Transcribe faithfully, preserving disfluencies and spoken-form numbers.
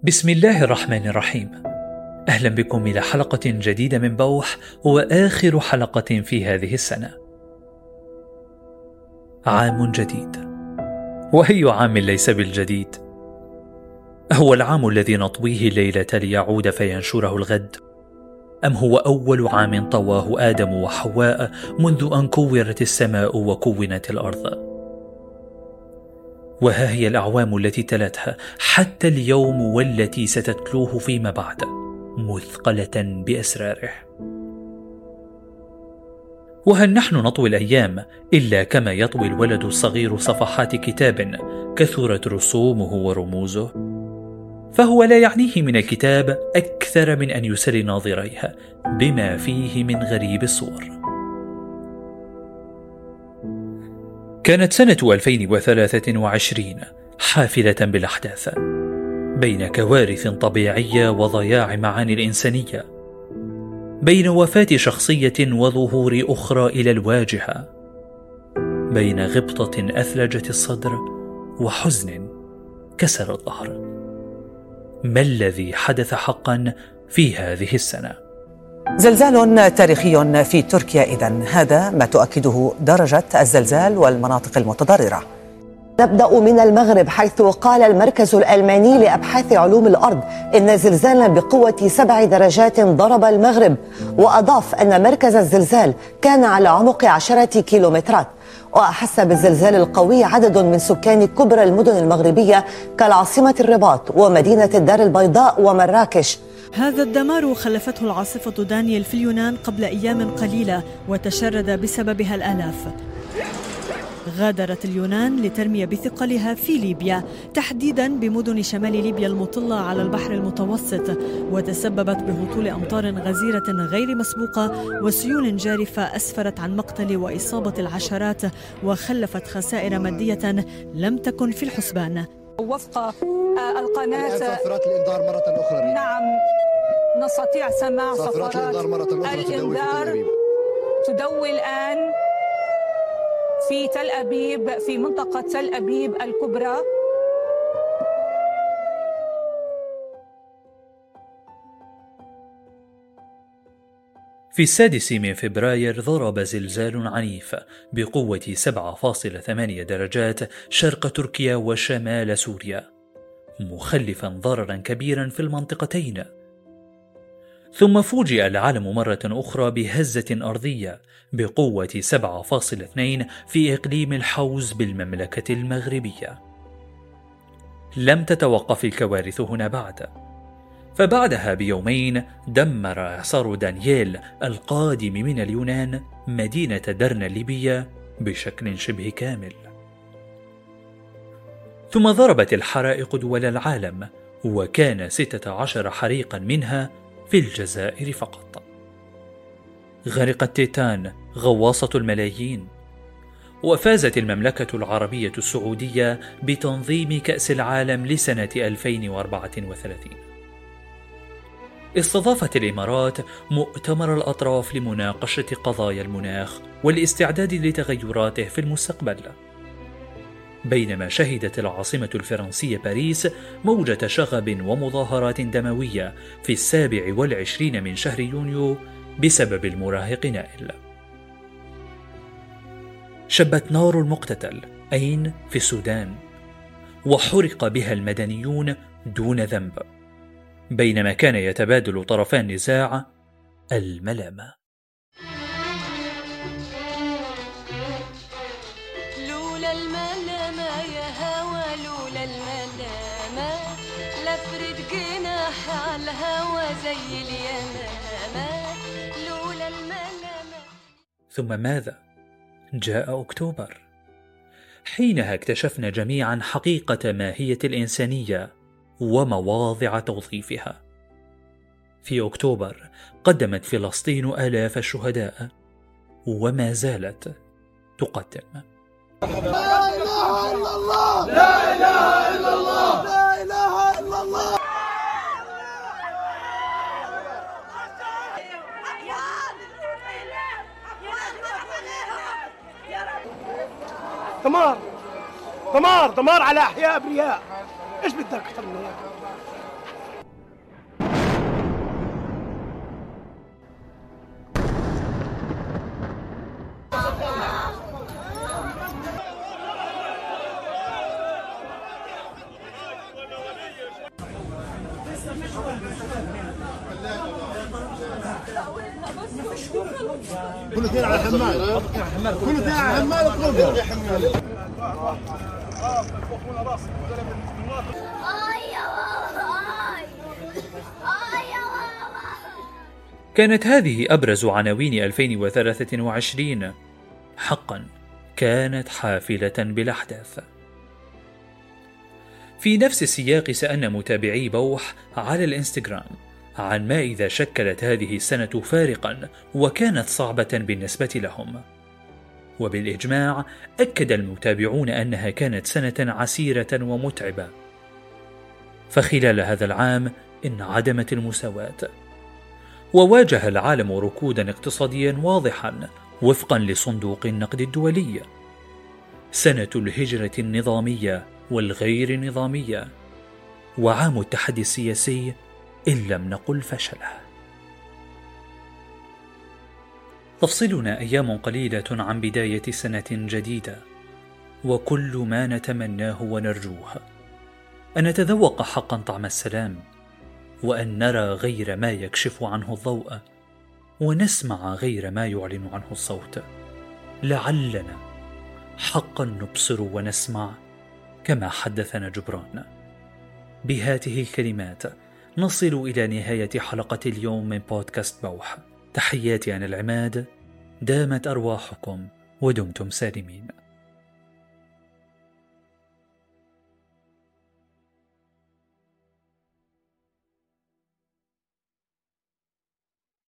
بسم الله الرحمن الرحيم. أهلا بكم إلى حلقة جديدة من بوح، وآخر حلقة في هذه السنة. عام جديد، وأي عام ليس بالجديد؟ هو العام الذي نطويه الليلة ليعود فينشره الغد؟ أم هو أول عام طواه آدم وحواء منذ أن كورت السماء وكونت الأرض؟ وها هي الأعوام التي تلتها حتى اليوم والتي ستتلوه فيما بعد مثقلة بأسراره. وهل نحن نطوي الأيام إلا كما يطوي الولد الصغير صفحات كتاب كثرت رسومه ورموزه؟ فهو لا يعنيه من الكتاب أكثر من أن يسلي ناظريها بما فيه من غريب الصور. كانت سنة ألفين وثلاثة وعشرين حافلة بالأحداث، بين كوارث طبيعية وضياع معاني الإنسانية، بين وفاة شخصية وظهور أخرى إلى الواجهة، بين غبطة أثلجت الصدر وحزن كسر الظهر. ما الذي حدث حقا في هذه السنة؟ زلزال تاريخي في تركيا إذن، هذا ما تؤكده درجة الزلزال والمناطق المتضررة. نبدأ من المغرب، حيث قال المركز الألماني لأبحاث علوم الأرض إن زلزالا بقوة سبع درجات ضرب المغرب، وأضاف أن مركز الزلزال كان على عمق عشرة كيلومترات. وأحس بالزلزال القوي عدد من سكان كبرى المدن المغربية كالعاصمة الرباط ومدينة الدار البيضاء ومراكش. هذا الدمار خلفته العاصفة دانيال في اليونان قبل أيام قليلة، وتشرد بسببها الآلاف. غادرت اليونان لترمي بثقلها في ليبيا، تحديدا بمدن شمال ليبيا المطلة على البحر المتوسط، وتسببت بهطول أمطار غزيرة غير مسبوقة وسيول جارفة أسفرت عن مقتل وإصابة العشرات، وخلفت خسائر مادية لم تكن في الحسبان. وفق القناة صفارات الإنذار مرة أخرى. نعم، نستطيع سماع صفارات الإنذار مرة أخرى. الإنذار تدوي الآن في تل أبيب، في منطقة تل أبيب الكبرى. في السادس من فبراير ضرب زلزال عنيف بقوة سبعة فاصلة ثمانية درجات شرق تركيا وشمال سوريا، مخلفا ضررا كبيرا في المنطقتين. ثم فوجئ العالم مرة أخرى بهزة أرضية بقوة سبعة فاصلة اثنين في إقليم الحوز بالمملكة المغربية. لم تتوقف الكوارث هنا بعد، فبعدها بيومين دمر إعصار دانيال القادم من اليونان مدينة درنا الليبية بشكل شبه كامل. ثم ضربت الحرائق دول العالم، وكان ستة عشر حريقا منها في الجزائر فقط. غرقت تيتان غواصة الملايين، وفازت المملكة العربية السعودية بتنظيم كأس العالم لسنة ألفين وأربعة وثلاثين. استضافت الإمارات مؤتمر الأطراف لمناقشة قضايا المناخ والاستعداد لتغيراته في المستقبل، بينما شهدت العاصمة الفرنسية باريس موجة شغب ومظاهرات دموية في السابع والعشرين من شهر يونيو بسبب المراهق نائل. شبت نار المقتتل أين في السودان، وحرق بها المدنيون دون ذنب، بينما كان يتبادل طرفا النزاع الملامة. لولا الملامة يا هوى، لولا الملامة لفرد جناح على الهوى زي اليمامة، لولا الملامة. ثم ماذا؟ جاء أكتوبر. حينها اكتشفنا جميعا حقيقة ماهية الإنسانية ومواضع توظيفها. في أكتوبر قدمت فلسطين آلاف الشهداء، وما زالت تقدم. لا إله إلا الله، لا إله إلا الله، لا إله إلا الله. دمار دمار دمار على أحياء أبرياء، إيش بدك أكثر من هيك؟ كل اثنين على حمال، كل اثنين على حمال اطلقها. كانت هذه أبرز عناوين ألفين وثلاثة وعشرين. حقا كانت حافلة بالأحداث. في نفس السياق سألنا متابعي بوح على الإنستغرام عن ما إذا شكلت هذه السنة فارقا وكانت صعبة بالنسبة لهم، وبالإجماع أكد المتابعون أنها كانت سنة عسيرة ومتعبة. فخلال هذا العام انعدمت المساواة، وواجه العالم ركودا اقتصاديا واضحا وفقا لصندوق النقد الدولي. سنة الهجرة النظامية والغير نظامية، وعام التحدي السياسي إن لم نقل فشله. تفصلنا أيام قليلة عن بداية سنة جديدة، وكل ما نتمناه ونرجوه أن نتذوق حقا طعم السلام، وأن نرى غير ما يكشف عنه الضوء، ونسمع غير ما يعلن عنه الصوت، لعلنا حقا نبصر ونسمع كما حدثنا جبران. بهذه الكلمات نصل إلى نهاية حلقة اليوم من بودكاست بوح. تحياتي أنا العماد، دامت أرواحكم ودمتم سالمين.